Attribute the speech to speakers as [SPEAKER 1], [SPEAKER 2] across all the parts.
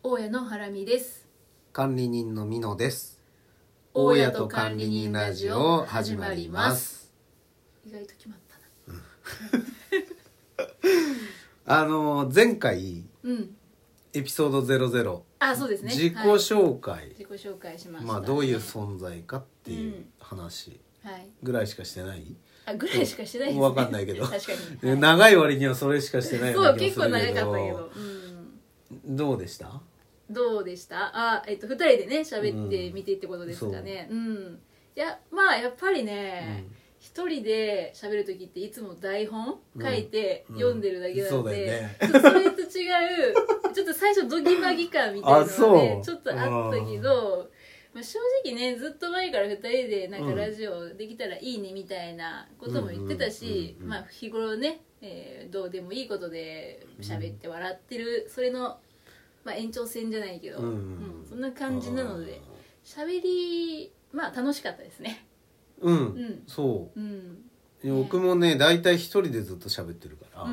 [SPEAKER 1] 大家のハラミです。
[SPEAKER 2] 管理人のミノです。
[SPEAKER 1] 大家と管理人ラジオ始まります。意外と決まった
[SPEAKER 2] な。前回、エピソード00、
[SPEAKER 1] そうですね、
[SPEAKER 2] 自己紹介、
[SPEAKER 1] 自己紹介しました、ね。
[SPEAKER 2] どういう存在かっていう話ぐらいしかしてない。
[SPEAKER 1] ぐらいしかしてないですね。
[SPEAKER 2] 分かんないけど
[SPEAKER 1] 確かに、
[SPEAKER 2] 長い割にはそれしかしてないような気がするけど。
[SPEAKER 1] そう、結構長かったけど、
[SPEAKER 2] どうでした？
[SPEAKER 1] 2人でね喋ってみてってことですかね。やっぱりね、一人で喋る時っていつも台本書いて読んでるだけなんで、それと違うちょっと最初ドギマギ感みたいなのがねちょっとあったけど、正直ねずっと前から2人でなんかラジオできたらいいねみたいなことも言ってたし、日頃ね、どうでもいいことで喋って笑ってる、それの延長線じゃないけど、そんな感じなので喋り楽しかったですね。
[SPEAKER 2] そう、僕もね大体一人でずっと喋ってるから、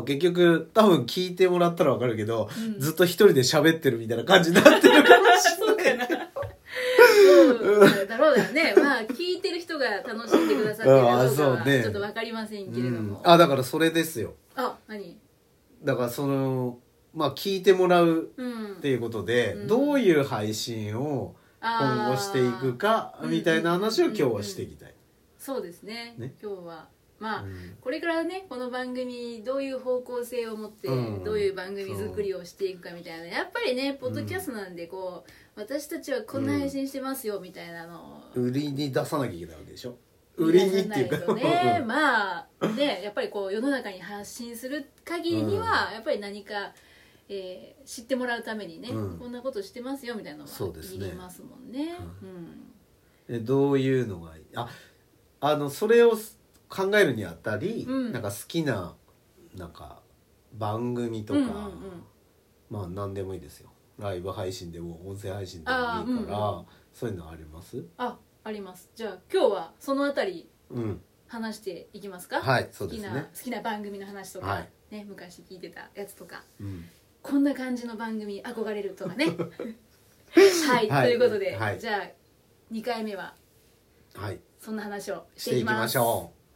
[SPEAKER 2] 結局多分聞いてもらったら分かるけど、ずっと一人で喋ってるみたいな感じになってるかもしれない。
[SPEAKER 1] そうだろうね。聞いてる人が楽しんでくださってるかどうかはちょっと分かりませんけれども、
[SPEAKER 2] だからそれですよ。
[SPEAKER 1] 何
[SPEAKER 2] だから聞いてもらうっていうことで、どういう配信を今後していくかみたいな話を今日はしていきたい。
[SPEAKER 1] そうですね。今日はこれからねこの番組どういう方向性を持ってどういう番組作りをしていくかみたいな、やっぱりねポッドキャストなんで私たちはこんな配信してますよみたいなのを
[SPEAKER 2] 売りに出さなきゃいけないわけでしょ。売りにっていうか
[SPEAKER 1] ねやっぱり世の中に発信する限りにはやっぱり何か知ってもらうためにね、こんなことしてますよみたいなのは言いますもんね。
[SPEAKER 2] どういうのがいい？それを考えるにあたり、なんか好きな番組とか、何でもいいですよ。ライブ配信でも音声配信でもいいから、そういうのあります？あ
[SPEAKER 1] ります。じゃあ今日はそのあたり話していきますか。
[SPEAKER 2] はい、そうですね。
[SPEAKER 1] 好きな番組の話とか、昔聞いてたやつとか、こんな感じの番組憧れるとかね。はい、ということで、じゃあ2回目はそんな話をしていきましょう。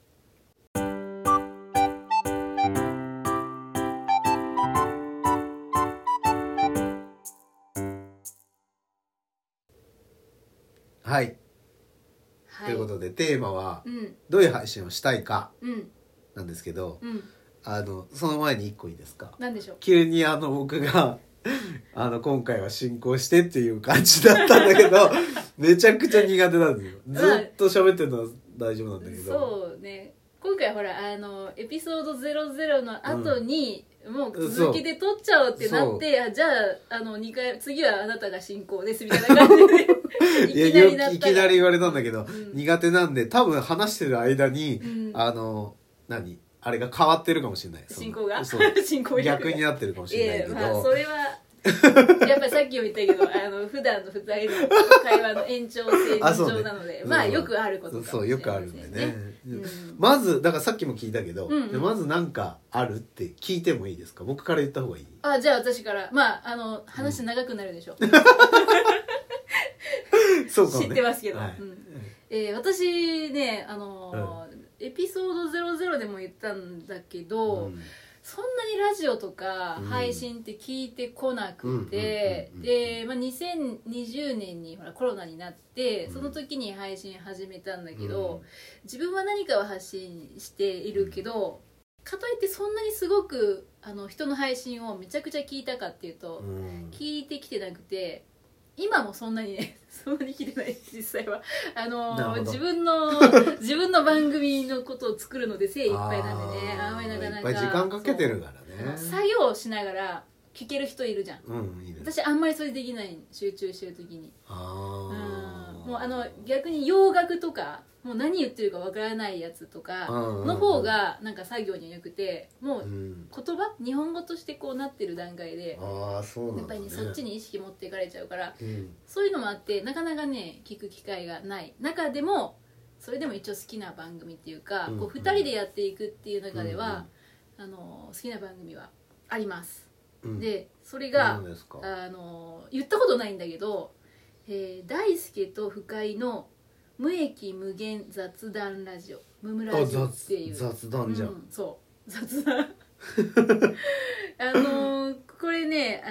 [SPEAKER 2] はい、ということでテーマは、どういう配信をしたいかなんですけど、その前に1個いいですか？
[SPEAKER 1] 何でしょう？
[SPEAKER 2] 急に僕が今回は進行してっていう感じだったんだけどめちゃくちゃ苦手なんですよ。ずっと喋ってるのは大丈夫なんだけど、
[SPEAKER 1] そうね、今回ほらエピソード00の後に、もう続きで撮っちゃおうってなって、じゃあ2回次はあなたが進行ですみたいな感じで
[SPEAKER 2] いきなり言われたんだけど、苦手なんで多分話してる間に、あれが変わってるかもしれない。
[SPEAKER 1] 進行が
[SPEAKER 2] 進行逆になってるかもしれないけど、
[SPEAKER 1] それはやっぱりさっきも言ったけど普段の2人の会話の延長線上なので、よくあることかもしれませんね。
[SPEAKER 2] そう、よくあるんでね。まずだからさっきも聞いたけど、まず何かあるって聞いてもいいですか？僕から言った方がいい？
[SPEAKER 1] じゃあ私から話長くなるでしょ。
[SPEAKER 2] そうかもね、
[SPEAKER 1] 知ってますけど、私ねエピソード00でも言ったんだけど、そんなにラジオとか配信って聞いてこなくて、で、2020年にほらコロナになって、その時に配信始めたんだけど、自分は何かを発信しているけど、かといってそんなにすごく人の配信をめちゃくちゃ聞いたかっていうと、聞いてきてなくて、今もそんなにねそんなに聞いてない。実際は自分の番組のことを作るので精一杯なんでね、なかなか
[SPEAKER 2] いっぱい時間かけてるからね。
[SPEAKER 1] 作業しながら聞ける人いるじゃん、
[SPEAKER 2] いる。
[SPEAKER 1] 私あんまりそれできない。集中してる時にもう逆に洋楽とかもう何言ってるかわからないやつとかの方がなんか作業にはよくて、もう言葉日本語としてなってる段階でやっぱりねそっちに意識持っていかれちゃうから、そういうのもあってなかなかね聞く機会がない中でも、それでも一応好きな番組っていうか、2人でやっていくっていう中では好きな番組はあります。 でそれが
[SPEAKER 2] 何ですか？
[SPEAKER 1] 言ったことないんだけど、大輔と深井の無益無限雑談ラジオムムラジオっていう
[SPEAKER 2] 雑談じゃん、
[SPEAKER 1] そう雑談これね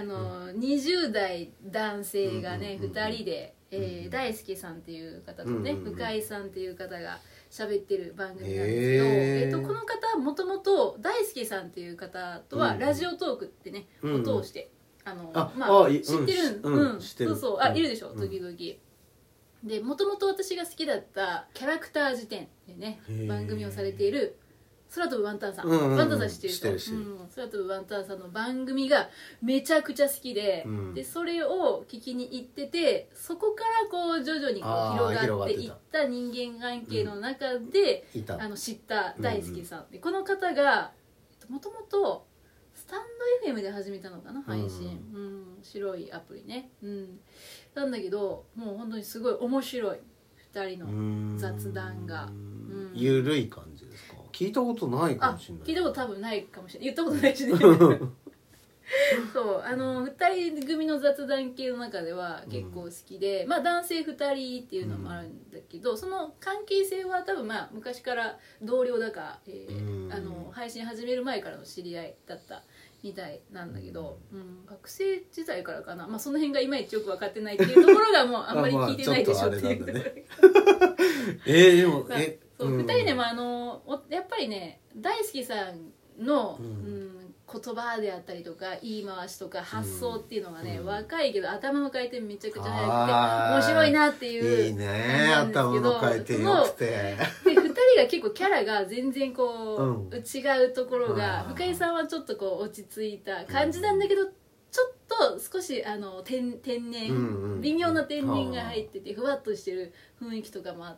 [SPEAKER 1] 20代男性がね、2人で、大輔さんっていう方とね、深井さんっていう方が喋ってる番組なんですけど、この方もともと大輔さんっていう方とはラジオトークってね、を通して知ってる、そうそういるでしょ時々。でもともと私が好きだったキャラクター辞典でね番組をされている空飛ぶワンタンさん、ワンタンさん知ってる人、空飛ぶワンタンさんの番組がめちゃくちゃ好きで、でそれを聞きに行ってて、そこからこう徐々にこう広がっていった人間関係の中で、知った大輔さんで、この方がもともとスタンド FM で始めたのかな配信、白いアプリね、なんだけどもう本当にすごい面白い2人の雑談が、
[SPEAKER 2] ゆるい感じですか？聞いたことないかもしれない。
[SPEAKER 1] 聞いたこと多分ないかもしれない、言ったことないしねそう2人組の雑談系の中では結構好きで、男性2人っていうのもあるんだけど、その関係性は多分昔から同僚だか、配信始める前からの知り合いだったみたいなんだけど、学生時代からかな、その辺がいまいちよく分かってないっていうところがもうあんまり聞いてないでしょっていうところ
[SPEAKER 2] でも
[SPEAKER 1] 2人でもやっぱりね大輔さんの、言葉であったりとか言い回しとか発想っていうのがね、若いけど頭の回転めちゃくちゃ速くて面白いなっていう
[SPEAKER 2] いいね、頭の回転よくてで
[SPEAKER 1] 2人が結構キャラが全然こう、違うところが、深井さんはちょっとこう落ち着いた感じなんだけど、ちょっと少し天然、微妙な天然が入っててふわっとしてる雰囲気とかもあって、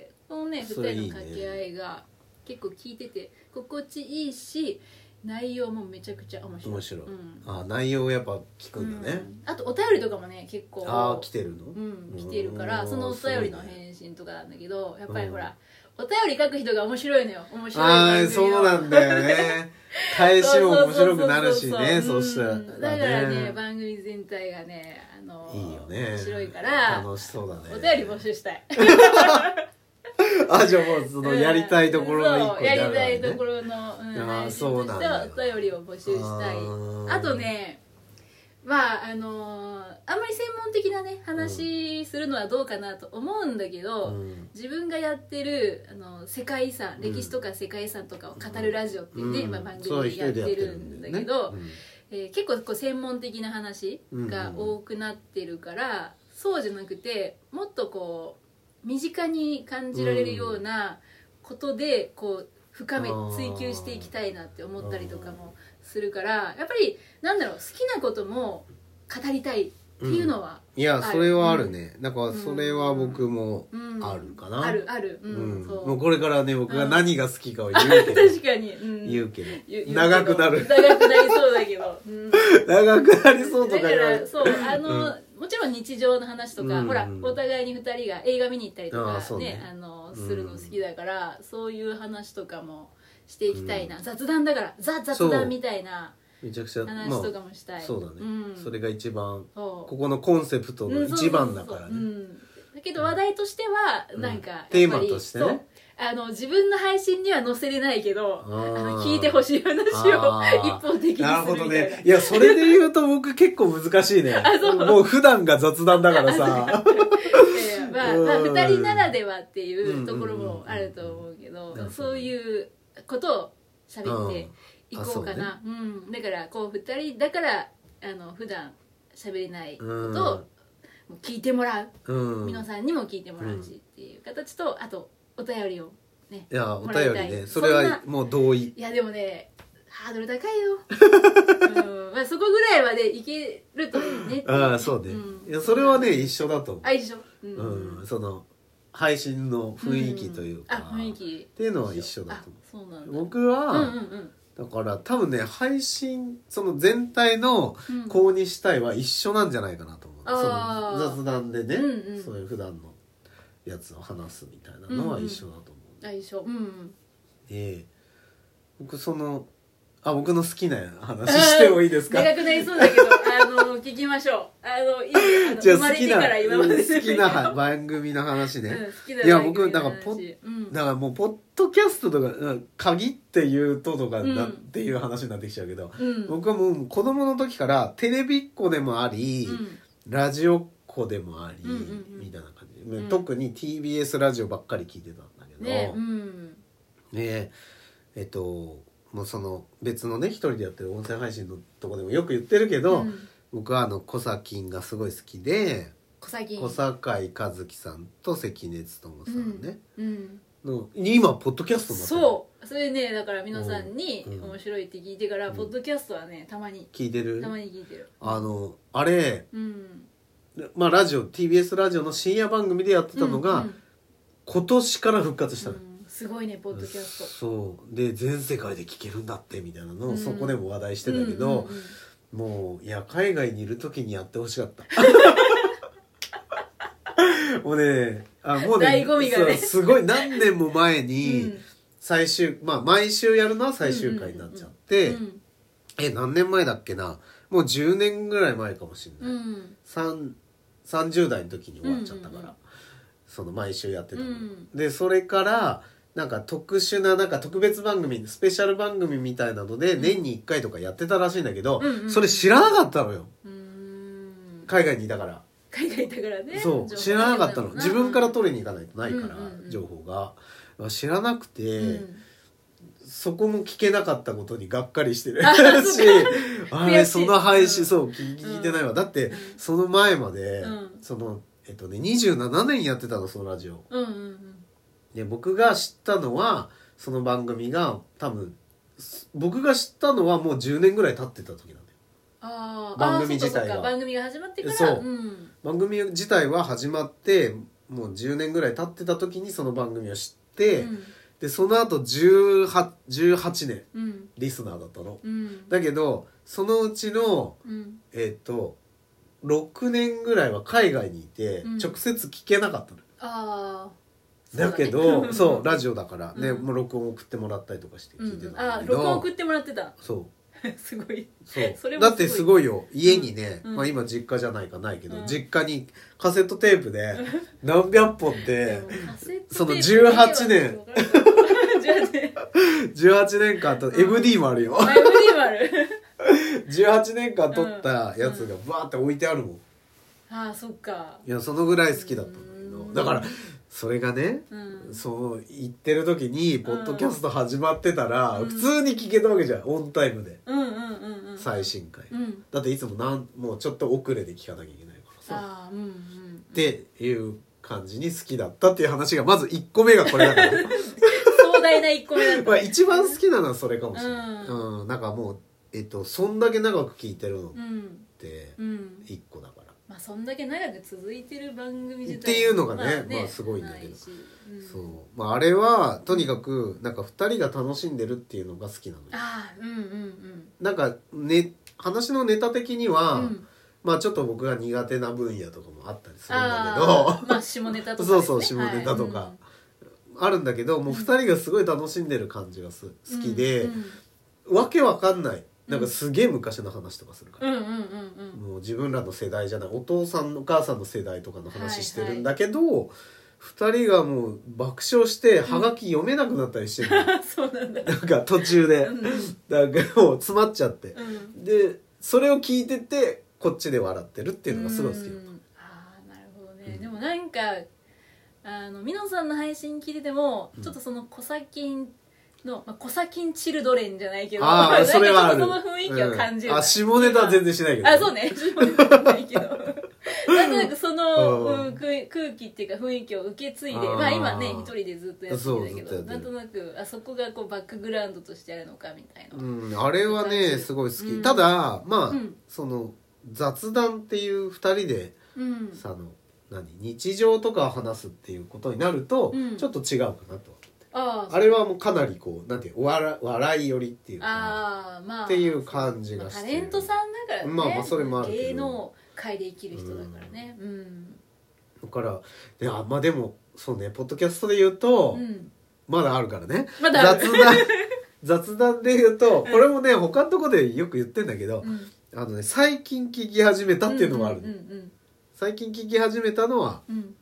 [SPEAKER 1] このね2人の掛け合いが結構聞いてて心地いいし、内容もめちゃくちゃ面白い。
[SPEAKER 2] 内容をやっぱ聞くんだね。
[SPEAKER 1] あとお便りとかもね結構
[SPEAKER 2] 来てるの？
[SPEAKER 1] 来てるから、そのお便りの返信とかなんだけど、やっぱりほらお便り書く人が面白いのよ。面白い。
[SPEAKER 2] そうなんだよね。返しも面白くなるしね。そうしたら
[SPEAKER 1] だからね番組全体がね
[SPEAKER 2] いいよね。
[SPEAKER 1] 面白いから
[SPEAKER 2] 楽しそうだね。
[SPEAKER 1] お便り募集したい。
[SPEAKER 2] じゃあもうそのやりたいところの一個になるわけね。
[SPEAKER 1] やりたいところの配信としてはお便りを募集したい。あとね、あんまり専門的なね話するのはどうかなと思うんだけど、自分がやってる世界遺産、歴史とか世界遺産とかを語るラジオっていうね、番組でやってるんだけど、結構こう専門的な話が多くなってるから、そうじゃなくてもっとこう身近に感じられるようなことでこう追求していきたいなって思ったりとかもするから、やっぱりなんだろう、好きなことも語りたいっていうのは、
[SPEAKER 2] いやそれはあるね。だからそれは僕もあるかな。
[SPEAKER 1] ある
[SPEAKER 2] もうこれからね僕が何が好きかを言うけど
[SPEAKER 1] 確かに
[SPEAKER 2] 言うけど長くなり
[SPEAKER 1] そうだけど
[SPEAKER 2] 長くなりそうとか
[SPEAKER 1] だからそうもちろん日常の話とか、ほらお互いに2人が映画見に行ったりとかねするの好きだから、そういう話とかもしていきたいな。雑談だから雑談みたいな
[SPEAKER 2] めちゃくちゃ
[SPEAKER 1] 話とかもしたい。
[SPEAKER 2] そうだね、それが一番ここのコンセプトの一番だからね。
[SPEAKER 1] だけど話題としてはなんか
[SPEAKER 2] テーマとしてね、
[SPEAKER 1] 自分の配信には載せれないけど聞いてほしい話を一方的にするみたいな。
[SPEAKER 2] なるほどね。いやそれで言うと僕結構難しいね。もう普段が雑談だからさ
[SPEAKER 1] 2人ならではっていうところもあると思うけど、そういうことを喋っていこうかな。だからこう2人だから普段喋れないことを聞いてもらう、皆さんにも聞いてもらうしっていう形と、あとお便りをね、
[SPEAKER 2] いやお便りね、それはもう同意。
[SPEAKER 1] いやでもねハードル高いよそこぐらいまでいけるといいね。
[SPEAKER 2] そうね、いやそれはね一緒だと思う。
[SPEAKER 1] 一緒、
[SPEAKER 2] その配信の雰囲気というか、
[SPEAKER 1] 雰囲気
[SPEAKER 2] っていうのは一緒だと思う。
[SPEAKER 1] そうなんだ。
[SPEAKER 2] 僕は、だから多分ね配信その全体のこうにしたいは一緒なんじゃないかなと思う。その雑談でね、そういう普段のやつを話すみたいなのは一緒だと思う。
[SPEAKER 1] 一緒。
[SPEAKER 2] 僕その僕の好きな話してもいいですか？
[SPEAKER 1] 長くなりそうだけど聞きましょう。
[SPEAKER 2] じゃあ
[SPEAKER 1] 生まれてから今まで
[SPEAKER 2] 好きな番組の話ね、
[SPEAKER 1] 好きな
[SPEAKER 2] いや
[SPEAKER 1] 番組の話。
[SPEAKER 2] だからもうポッドキャストとか限って言うとかっていう話になってきちゃうけど、僕はもう子供の時からテレビっ子でもあり、ラジオっ子でもあり、みたいな感じ、特に TBS ラジオばっかり聞いてたんだけどね、もうその別のね一人でやってる音声配信のとこでもよく言ってるけど、僕はコサキンがすごい好きで、小堺一樹さんと関根勤さんね、の今ポッドキャストになってる。
[SPEAKER 1] そうそれね、だから皆さんに面白いって聞いてから、ポッドキャストはねたまに
[SPEAKER 2] 聞いてる。あれ、まあラジオ TBS ラジオの深夜番組でやってたのが、今年から復活したの、
[SPEAKER 1] すごいねポッドキャスト。
[SPEAKER 2] そうで全世界で聞けるんだってみたいなのをそこでも話題してたけど、もういや海外にいる時にやってほしかったもうね
[SPEAKER 1] 醍醐味がね
[SPEAKER 2] すごい何年も前に最終、毎週やるのは最終回になっちゃって、何年前だっけな、もう10年ぐらい前かもしれない、30代の時に終わっちゃったから、その毎週やってたの、でそれからなんか特殊ななんか特別番組スペシャル番組みたいなので年に1回とかやってたらしいんだけど、それ知らなかったのよ、海外にいたから。
[SPEAKER 1] 海外だからね。
[SPEAKER 2] そう知らなかったの、自分から取りに行かないとないから、情報が知らなくて、そこも聞けなかったことにがっかりしてるし、あれその配信そう聞いてないわ、だってその前まで、その27年やってたのそのラジオ、で僕が知ったのはその番組が多分僕が知ったのはもう10年ぐらい経ってた時なんだよ。番組自体が
[SPEAKER 1] 番組が始まってから、
[SPEAKER 2] そう、番組自体は始まってもう10年ぐらい経ってた時にその番組を知って、でその後18年、リスナーだったの、だけどそのうちの、6年ぐらいは海外にいて、直接聞けなかったの。だけどそうラジオだからね、もう録音送ってもらったりとかして聞いてたんだけど、
[SPEAKER 1] 録音送ってもらってた。
[SPEAKER 2] そう
[SPEAKER 1] すごい。
[SPEAKER 2] それだってすごいよ、家にね、今実家じゃないけど、実家にカセットテープで何百本でその18年間と MD もあるよ、
[SPEAKER 1] MD もある
[SPEAKER 2] 18年間撮ったやつがバーって置いてあるもん。
[SPEAKER 1] そっか。
[SPEAKER 2] いやそのぐらい好きだったんだけど、だからそれがね、そう言ってる時にポッドキャスト始まってたら、普通に聞けたわけじゃん、オンタイムで、最新回、だっていつももうちょっと遅れで聞かなきゃいけないからさ、っていう感じに好きだったっていう話がまず1個目がこれだから
[SPEAKER 1] 壮大な1個目だった、
[SPEAKER 2] 一番好きなのはそれかもしれない、なんかもうそんだけ長く聞いてるのって1個だから、
[SPEAKER 1] そんだけ長く続いてる番組自体
[SPEAKER 2] っていうのがね、すごいんだけど、そう、あれはとにかくなんか2人が楽しんでるっていうのが好きなのよ。なんかね、話のネタ的には、ちょっと僕が苦手な分野とかもあったりするんだけど、
[SPEAKER 1] 下ネタとか
[SPEAKER 2] そうそう下ネタとかあるんだけど、もう2人がすごい楽しんでる感じが好きで、わけわかんないなんかすげえ昔の話とかするから、もう自分らの世代じゃないお父さんお母さんの世代とかの話してるんだけど、2人がもう爆笑してハガキ読めなくなったりしてる
[SPEAKER 1] そうなんだ、
[SPEAKER 2] なんか途中で、なんかもう詰まっちゃって、でそれを聞いててこっちで笑ってるっていうのがすごい好きだった。
[SPEAKER 1] なるほどね、でもなんかみのさんの配信聞いてても、ちょっとそのコサキンの、コサキンチルドレンじゃないけど、
[SPEAKER 2] それはある、
[SPEAKER 1] その雰囲気を感じる、
[SPEAKER 2] 下ネタは全然しないけど、
[SPEAKER 1] そうね下ネタはないけどなんとなくその、空気っていうか雰囲気を受け継いで、今ね一人でずっとやってるんだけど、なんとなくそこがこうバックグラウンドとしてあるのかみたいな、
[SPEAKER 2] あれはねすごい好き、ただその雑談っていう2人で、日常とかを話すっていうことになると、ちょっと違うかなと。あれはもうかなりこうなんていう笑い寄りっていうか、っていう感じがして、
[SPEAKER 1] タレントさんだからね、
[SPEAKER 2] それもあるけど
[SPEAKER 1] 芸能界で生きる人だからね、
[SPEAKER 2] だからでもそうね、ポッドキャストで言うと、まだあるからね、 雑談で言うと、これもね他のとこでよく言ってんだけど、最近聞き始めたっていうのがあるの、最近聞き始めたのは、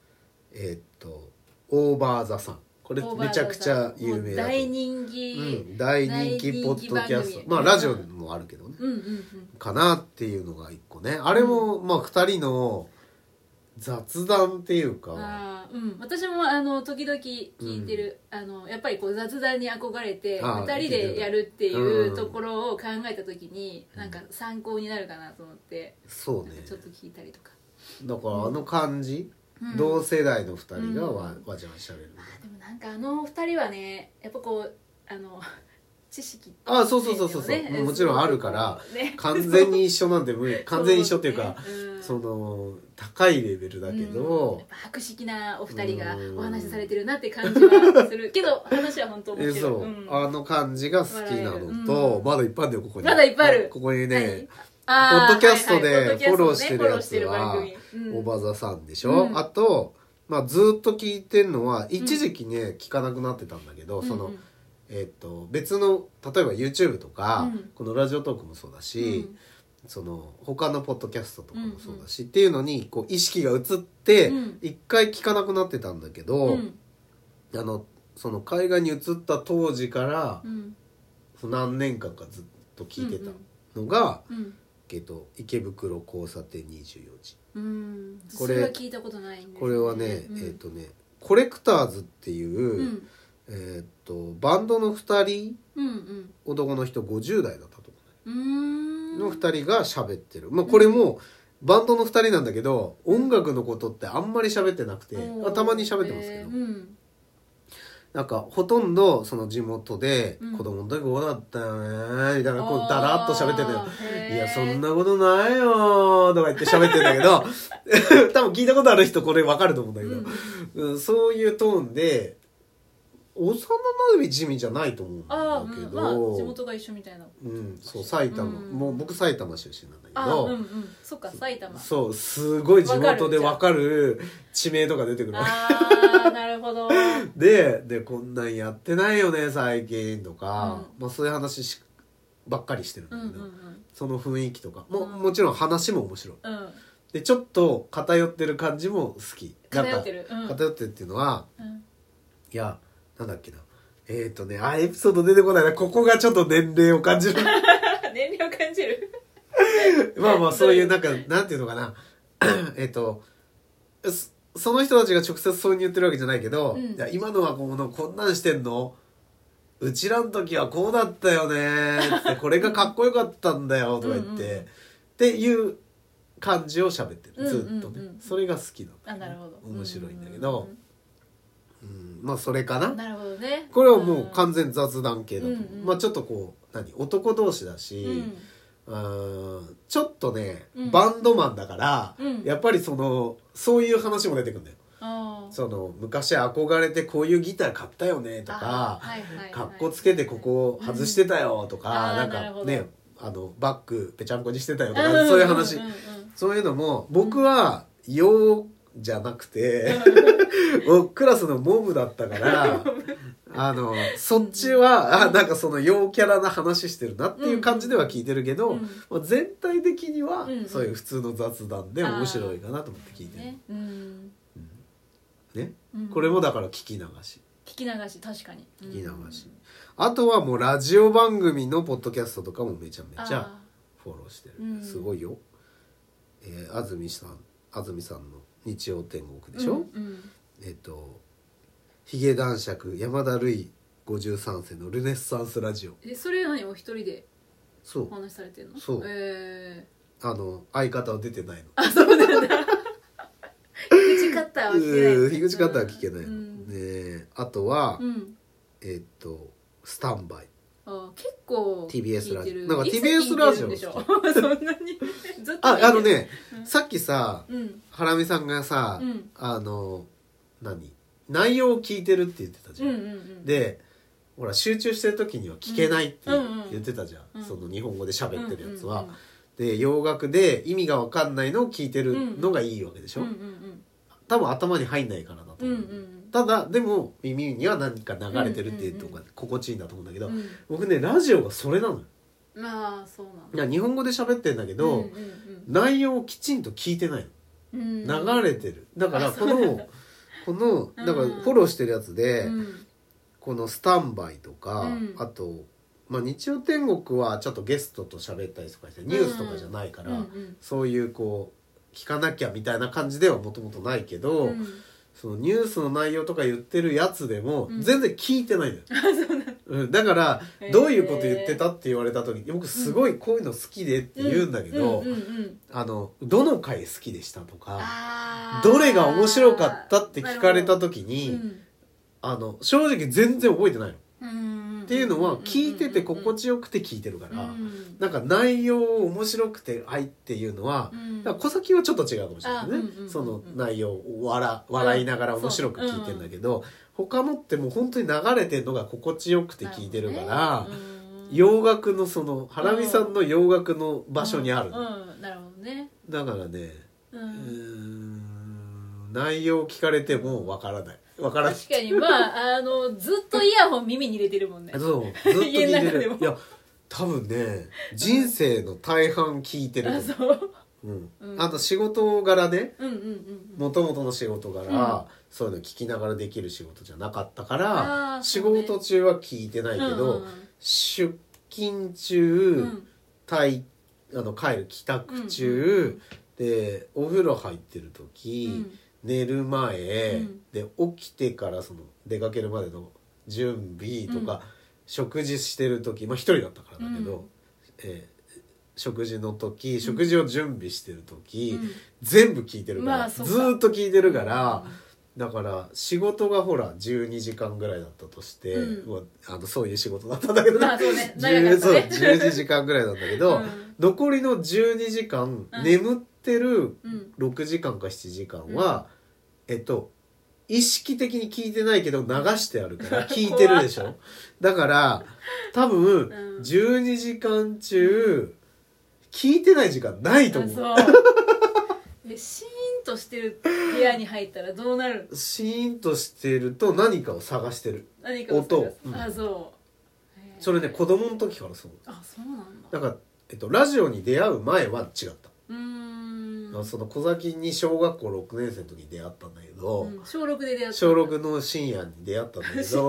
[SPEAKER 2] オーバーザさん、これめちゃくちゃ有名だと、
[SPEAKER 1] 大人気、
[SPEAKER 2] 大人気ポッドキャスト、まあラジオもあるけどね、かなっていうのが一個ね。あれもまあ2人の雑談っていうか、
[SPEAKER 1] 私も時々聞いてる、やっぱりこう雑談に憧れて2人でやるっていうところを考えた時になんか参考になるかなと思って、
[SPEAKER 2] そうね、
[SPEAKER 1] ちょっと聞いたりとか。
[SPEAKER 2] だからあの感じ、同世代の2人がわじゃわしゃべる、
[SPEAKER 1] でもなんか2人はねやっぱこう知識、
[SPEAKER 2] そうもちろんあるから、完全に一緒なんて無理完全に一緒っていうか、その高いレベルだけど、やっ
[SPEAKER 1] ぱ博識なお二人がお話しされてるなって感じはするけど、話は本当面白い。
[SPEAKER 2] あの感じが好きなのと、まだいっぱいあるよここに。
[SPEAKER 1] まだいっぱいある。
[SPEAKER 2] ここにね、ポッドキャストでフォローしてるやつはおばざさんでしょ。あとまあずっと聞いてんのは一時期ね聞かなくなってたんだけど、その別の例えば YouTube とか、このラジオトークもそうだし、その他のポッドキャストとかもそうだし、っていうのにこう意識が移って一回聞かなくなってたんだけど、その海外に移った当時から、何年間かずっと聞いてたのが、池袋交差点24時、
[SPEAKER 1] これは聞いたことないんですね。
[SPEAKER 2] これはね、コレクターズっていう、バンドの2人、男の人50代だったと思うの2人が喋ってる、まあ、これもバンドの2人なんだけど、音楽のことってあんまり喋ってなくて、たまに喋ってますけど、なんかほとんどその地元で子供の時こうだったよねみたいな、こうダラッと喋ってて、いやそんなことないよとか言って喋ってんだけど多分聞いたことある人これ分かると思うんだけど、そういうトーンで幼馴染地味じゃないと思うんだけど、
[SPEAKER 1] まあ地元が一緒みたいな。
[SPEAKER 2] そう埼玉、もう僕埼玉出身なんだけど、
[SPEAKER 1] そっか埼玉。
[SPEAKER 2] そうすごい地元で分かる地名とか出てくるわ
[SPEAKER 1] け。なるほど。
[SPEAKER 2] でこんなんやってないよね最近とか、まあそういう話ばっかりしてるんだけど、その雰囲気とかもちろん話も面白い。でちょっと偏ってる感じも好き。
[SPEAKER 1] 偏ってる。
[SPEAKER 2] 偏ってるっていうのは、いやなんだっけな、エピソード出てこないな。ここがちょっと年齢を感じる
[SPEAKER 1] 年齢を感じる
[SPEAKER 2] まあまあそういうなんかなんていうのかなその人たちが直接そうに言ってるわけじゃないけど、いや今のはこんなんしてんの、うちらの時はこうだったよねってこれがかっこよかったんだよとか言ってっていう感じを喋ってるずっとね、それが好きなの。
[SPEAKER 1] なるほど。
[SPEAKER 2] 面白いんだけど、まあそれかな。
[SPEAKER 1] なるほどね。
[SPEAKER 2] これはもう完全雑談系だと思う。まあちょっとこう男同士だし、ちょっとね、バンドマンだから、やっぱりそういう話も出てくるんだよ。その昔憧れてこういうギター買ったよねとか、かっこつけてここ外してたよとか、なんかねバッグぺちゃんこにしてたよとか、そういう話、そういうのも僕は陽じゃなくてクラスのモブだったからそっちはなんかその陽キャラな話してるなっていう感じでは聞いてるけど、全体的にはそういう普通の雑談で面白いかなと思って聞いてるね。これもだから聞き流し
[SPEAKER 1] 確かに
[SPEAKER 2] 聞き流し、あとはもうラジオ番組のポッドキャストとかもめちゃめちゃフォローしてる。すごいよ。安住さんの日曜天国でしょ、ヒゲ男爵山田るい53世のルネッサンスラジオ。
[SPEAKER 1] それ何お一人で
[SPEAKER 2] お
[SPEAKER 1] 話しされてるの？
[SPEAKER 2] そう、相方は出てないの。
[SPEAKER 1] そうなんだ樋口カッターは聞けない、
[SPEAKER 2] 樋口カッターは聞けないの、であとは、スタンバイ
[SPEAKER 1] 結構
[SPEAKER 2] TBS ラジオ、なんか TBS ラジオ
[SPEAKER 1] そんなにずっと
[SPEAKER 2] さっきさ、ハラミさんがさ、内容を聞いてるって言ってたじゃん、でほら集中してる時には聞けないって言ってたじゃん、その日本語で喋ってるやつは、で洋楽で意味が分かんないのを聞いてるのがいいわけでしょ、多分頭に入んないからだと思う、 ただでも耳には何か流れてるっていうとこが心地いいんだと思うんだけど、
[SPEAKER 1] うん、
[SPEAKER 2] 僕ねラジオがそれなのよ。
[SPEAKER 1] まあそうなんだ。
[SPEAKER 2] いや日本語で喋ってんだけど、
[SPEAKER 1] うんうんうん、
[SPEAKER 2] 内容をきちんと聞いてないの、うん、流れてる。だからこのだからフォローしてるやつで、うん、このスタンバイとか、うん、あとまあ、日曜天国はちょっとゲストと喋ったりとかしてニュースとかじゃないから、うんうん、そういうこう聞かなきゃみたいな感じではもともとないけど、うん、そのニュースの内容とか言ってるやつでも全然聞いてないのよ、うん、だからどういうこと言ってたって言われた時僕すごいこういうの好きでって言うんだけど、どの回好きでしたとかどれが面白かったって聞かれた時に、正直全然覚えてないの。っていうのは聞いてて心地よくて聞いてるから、なんか内容面白くて愛っていうのは、だから小崎はちょっと違うかもしれないね、その内容を笑いながら面白く聞いてんだけど、他のってもう本当に流れてるのが心地よくて聞いてるから、洋楽のそのハラミさんの洋楽の場所にあるの、
[SPEAKER 1] なるほどね。
[SPEAKER 2] だからね、内容聞かれてもわからない。確
[SPEAKER 1] かにまあずっとイヤホン耳に入れてるもんね。
[SPEAKER 2] そうずっと聞いてる。いや多分ね人生の大半聞いてると思う。あと仕事柄ね、もともとの仕事柄、そういうの聞きながらできる仕事じゃなかったから、仕事中は聞いてないけど、出勤中、帰る帰宅中、でお風呂入ってる時、寝る前、で起きてからその出かけるまでの準備とか、食事してる時一人だったからだけど、食事の時、食事を準備してる時、全部聞いてるから、ずーっと聞いてるから、だから仕事がほら12時間ぐらいだったとして、そういう仕事だったんだけどね、12時間ぐらいなんだけど、残りの12時間、眠ってる6時間か7時間は、意識的に聞いてないけど流してあるから聞いてるでしょだから多分12時間中聞いてない時間ないと思う。
[SPEAKER 1] シーンとしてる部屋に入ったらどうなる？
[SPEAKER 2] シーンとしてると何かを探してる。音を。それね子供の時からそう。
[SPEAKER 1] そうなんだ。
[SPEAKER 2] だからラジオに出会う前は違った。その小崎に小学校6年生の時に出会ったんだけど、
[SPEAKER 1] 小6で出会った。
[SPEAKER 2] 小6の深夜に出会ったんだけど小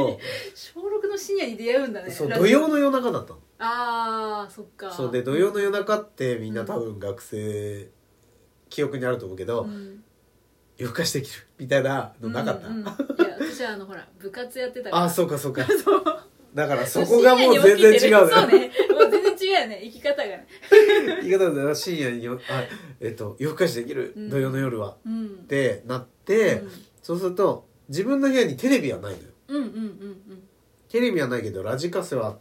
[SPEAKER 1] 6の深夜に出会うんだね。
[SPEAKER 2] そう土曜の夜中だった
[SPEAKER 1] の。そっか。
[SPEAKER 2] そうで土曜の夜中ってみんな多分学生、記憶にあると思うけど、夜更かしできるみたいなのなかった。いや
[SPEAKER 1] 私はほら部活やってたから。
[SPEAKER 2] そうかだからそこがもう全然違う。
[SPEAKER 1] そうね。もう全然違うよね。生き方がね。
[SPEAKER 2] 生き方が深夜に夜更かしできる、土曜の夜は、ってなって、そうすると自分の部屋にテレビはないのよ。テレビはないけどラジカセはあって、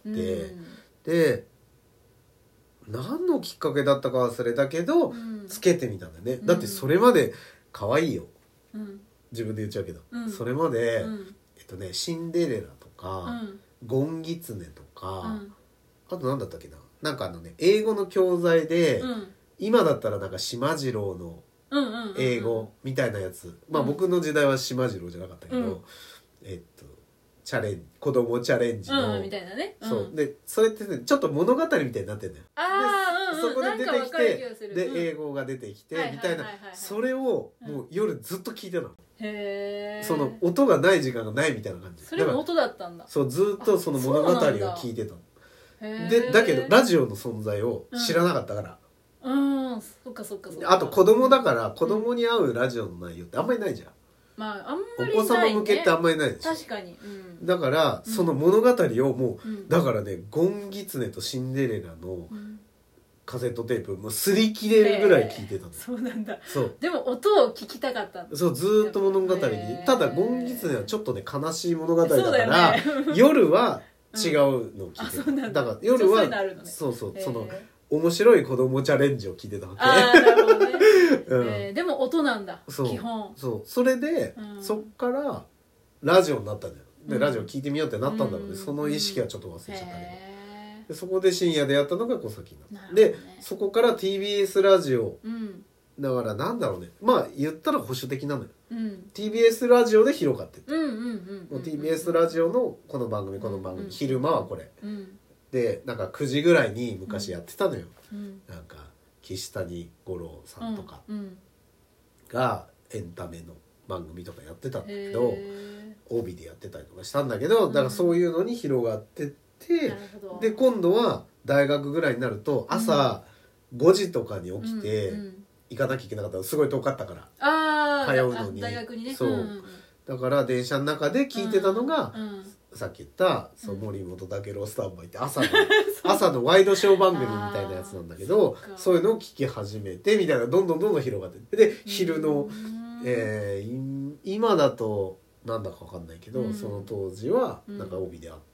[SPEAKER 2] で何のきっかけだったか忘れたけど、つけてみたんだよね。だってそれまで可愛いよ。自分で言っちゃうけど、それまでシンデレラとか。ゴンギツネとか、あと何だったっけな、なんか英語の教材で、今だったらなんか島次郎の英語みたいなやつ、僕の時代は島次郎じゃなかったけど、子供チャレンジの、
[SPEAKER 1] みたいなね、
[SPEAKER 2] そうでそれってねちょっと物語みたいになってんだよ。そこで出てきて、で英語が出てきてみたいな、それをもう夜ずっと聞いてたの。その音がない時間がないみたいな感じ。
[SPEAKER 1] それも音だったんだ。
[SPEAKER 2] そうずっとその物語を聞いてたの。でだけどラジオの存在を知らなかったから。
[SPEAKER 1] そっか。
[SPEAKER 2] あと子供だから子供に合うラジオの内容ってあんまりないじゃん。
[SPEAKER 1] あんまり
[SPEAKER 2] お子様向けってあんまりないでしょ。
[SPEAKER 1] 確かに。
[SPEAKER 2] だからその物語をもうだからねゴンギツネとシンデレラのカセットテープもう擦り切れるぐらい聞いてたの。
[SPEAKER 1] そうなんだ。そうでも音を聞きたかったんだ。
[SPEAKER 2] そうずーっと物語に。ただゴンギツネはちょっとね悲しい物語だから夜は違うのを聞いてた。だから夜はそうその面白い子供チャレンジを聞いてたわけ。
[SPEAKER 1] なるほどね。でも音なんだ基本。
[SPEAKER 2] それでそっからラジオになったんだよ。でラジオ聞いてみようってなったんだろうね。その意識はちょっと忘れちゃったけど。でそこで深夜でやったのが小崎になった。でそこから TBS ラジオだからなんだろうね、まあ言ったら保守的なのよ、
[SPEAKER 1] うん、
[SPEAKER 2] TBS ラジオで広がってって、
[SPEAKER 1] うんうんうんうん、
[SPEAKER 2] TBS ラジオのこの番組この番組、昼間はこれ、でなんか9時ぐらいに昔やってたのよ、なんか岸谷五郎さんとかがエンタメの番組とかやってたんだけど、帯でやってたりとかしたんだけど、だからそういうのに広がってって、で今度は大学ぐらいになると朝5時とかに起きて行かなきゃいけなかったらすごい遠かったから通うのに、
[SPEAKER 1] 大学にね、
[SPEAKER 2] そう、だから電車の中で聞いてたのが、さっき言ったそう森本武郎スタンバイって朝のワイドショー番組みたいなやつなんだけど、そういうのを聞き始めてみたいな、どんどん広がってで昼の、今だとなんだか分かんないけど、その当時はなんか帯であって、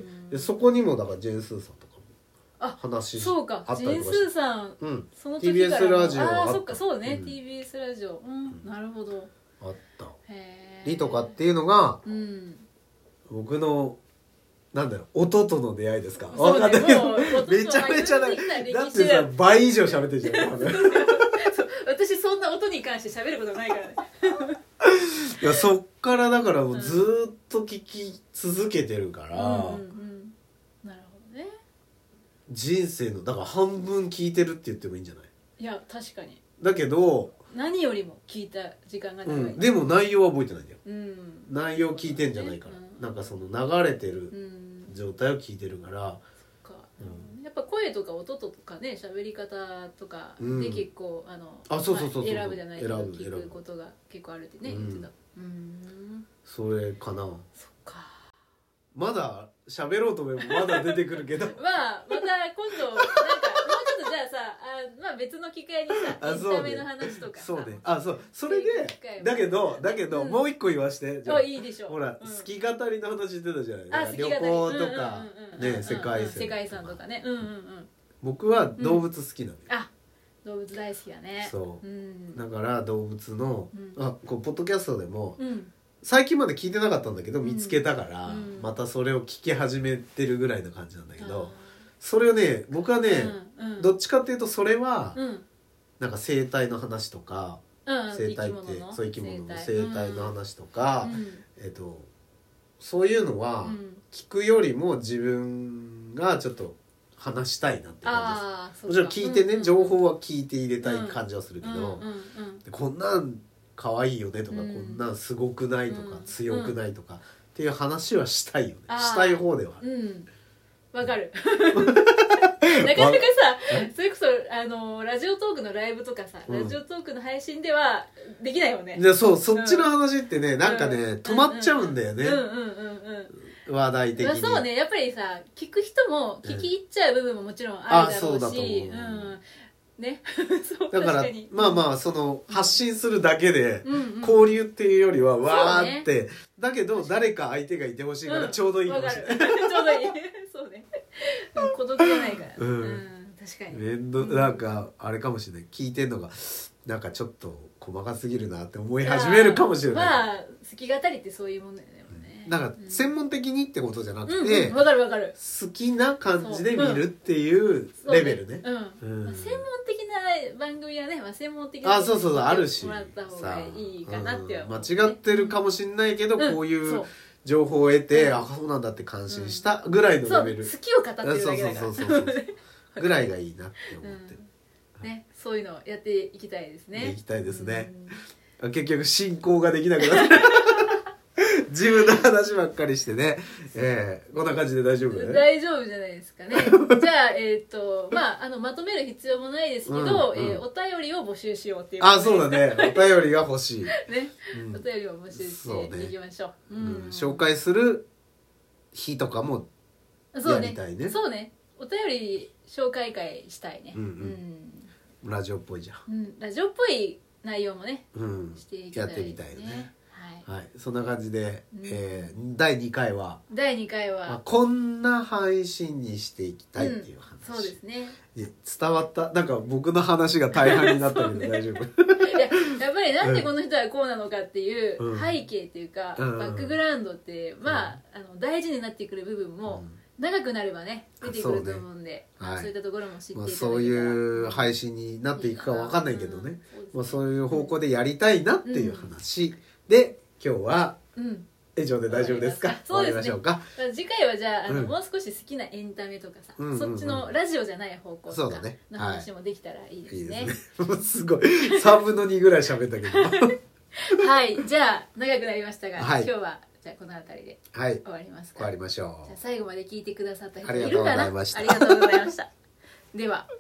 [SPEAKER 2] でそこにもだからジェーン・スーさんとかも話
[SPEAKER 1] そうか、ジェーン・スーさん、その時から
[SPEAKER 2] TBS ラジオ
[SPEAKER 1] ああそっかそうね、TBS ラジオ、なるほど
[SPEAKER 2] あったりとかっていうのが、僕のなんだろう音との出会いですか、分かんないけどめちゃめちゃだってさ倍以上喋ってるじゃん
[SPEAKER 1] 私そんな音に関して喋ることないからね
[SPEAKER 2] いやそっからだからもうずっと聞き続けてるから、なるほ
[SPEAKER 1] どね、
[SPEAKER 2] 人生のだから半分聞いてるって言ってもいいんじゃない？
[SPEAKER 1] いや確かに
[SPEAKER 2] だけど
[SPEAKER 1] 何よりも聞いた時間が長い、
[SPEAKER 2] でも内容は覚えてないんだよ、内容聞いてんじゃないから、なんかその流れてる状態を聞いてるから、やっぱ声とか音とかね喋り方とかで結構選ぶじゃないけど聞くことが結構あるってね言ってた。 それかな。
[SPEAKER 1] そっか。
[SPEAKER 2] まだ喋ろうと思えばまだ出てくるけど
[SPEAKER 1] また今度なんかもうちょっとじゃあさまあ別の機会にさエンタメの話とかさ、
[SPEAKER 2] そうね、それでだけどもう一個言わしてじゃあ
[SPEAKER 1] いいでしょう。
[SPEAKER 2] ほら、好き語りの話出たじゃない、旅行とかね、世界遺産とかね、僕は動物好きなのよ、
[SPEAKER 1] 動物大好きだね。
[SPEAKER 2] そう、だから動物のこうポッドキャストでも最近まで聞いてなかったんだけど見つけたからまたそれを聞き始めてるぐらいの感じなんだけど、それをね僕はねどっちかっていうとそれはなんか生態の話とか、生態ってそう生き物の生態の話とか、そういうのは聞くよりも自分がちょっと話したいなって感じです。もちろん聞いてね、情報は聞いて入れたい感じはするけど、こんなん可愛いよねとか、こんなんすごくないとか、強くないとかっていう話はしたいよね。したい方ではある。
[SPEAKER 1] わかるなかなかさそれこそラジオトークのライブとかさ、ラジオトークの配信ではできないよね。
[SPEAKER 2] でそっちの話ってね、なんかね止まっちゃうんだよね、話題的に。
[SPEAKER 1] そうね、やっぱりさ聞く人も聞き入っちゃう部分ももちろんあるだろうし、ね
[SPEAKER 2] だからまあその発信するだけで交流っていうよりはわーって、だけど誰か相手がいてほしいからちょうどいいかもしれない。
[SPEAKER 1] ちょうどいいそうね、孤独じゃないから、確かに
[SPEAKER 2] なんかあれかもしれない、聞いてんのがなんかちょっと細かすぎるなって思い始めるかもしれない。
[SPEAKER 1] まあ好き語りってそういうもんだよね。
[SPEAKER 2] なんか専門的にってことじゃなくて、
[SPEAKER 1] わかるわかる、
[SPEAKER 2] 好きな感じで見るっていうレベルね。
[SPEAKER 1] 専門的な番組はね、専門的な
[SPEAKER 2] そうあるし
[SPEAKER 1] もらった方がいいかなって
[SPEAKER 2] 間違ってるかもしれないけど、こういう情報を得てそうなんだって感心したぐらいのレベル、
[SPEAKER 1] 好きを語ってるだけだから
[SPEAKER 2] そうぐらいがいいなって思ってる、
[SPEAKER 1] ね、そういうのをやっていきたいですね。
[SPEAKER 2] いきたいですね。結局進行ができなくなって自分の話ばっかりしてね、こんな感じで大丈夫だね。
[SPEAKER 1] 大丈夫じゃないですかね。じゃあまとめる必要もないですけど、お便りを募集しようっていう、
[SPEAKER 2] そうだね、お便りが欲しいね、
[SPEAKER 1] お便りを募集していきましょう。
[SPEAKER 2] 紹介する日とかもやりたいね。
[SPEAKER 1] そうね、お便り紹介会したいね。
[SPEAKER 2] ラジオっぽいじゃん、
[SPEAKER 1] ラジオっぽい内容もね、していきたい
[SPEAKER 2] やってみたいよね。はい、そんな感じで、第2回はこんな配信にしていきたいっていう話、
[SPEAKER 1] そうですね。
[SPEAKER 2] 伝わった？なんか僕の話が大半になったけど大丈夫？
[SPEAKER 1] やっぱりなんでこの人はこうなのかっていう背景っていうか、バックグラウンドって大事になってくる部分も長くなればね出てくると思うんで、そういったところも知っていただけたら、
[SPEAKER 2] そういう配信になっていくか分かんないけどね、そういう方向でやりたいなっていう話で、今日は以上で大丈夫ですか？
[SPEAKER 1] そうですね。
[SPEAKER 2] 終わりましょうか。
[SPEAKER 1] 次回はじゃあ、もう少し好きなエンタメとかさ、そっちのラジオじゃない方向とかの話もできたらいいですね。
[SPEAKER 2] すごい3分の2ぐらい喋ったけど
[SPEAKER 1] はい、じゃあ長くなりましたが、今日はじゃあこの辺りで終わりますか。
[SPEAKER 2] 終わりましょう。
[SPEAKER 1] じゃあ最後まで聞いてくださった人
[SPEAKER 2] いるかな？
[SPEAKER 1] ありがとうございました。では。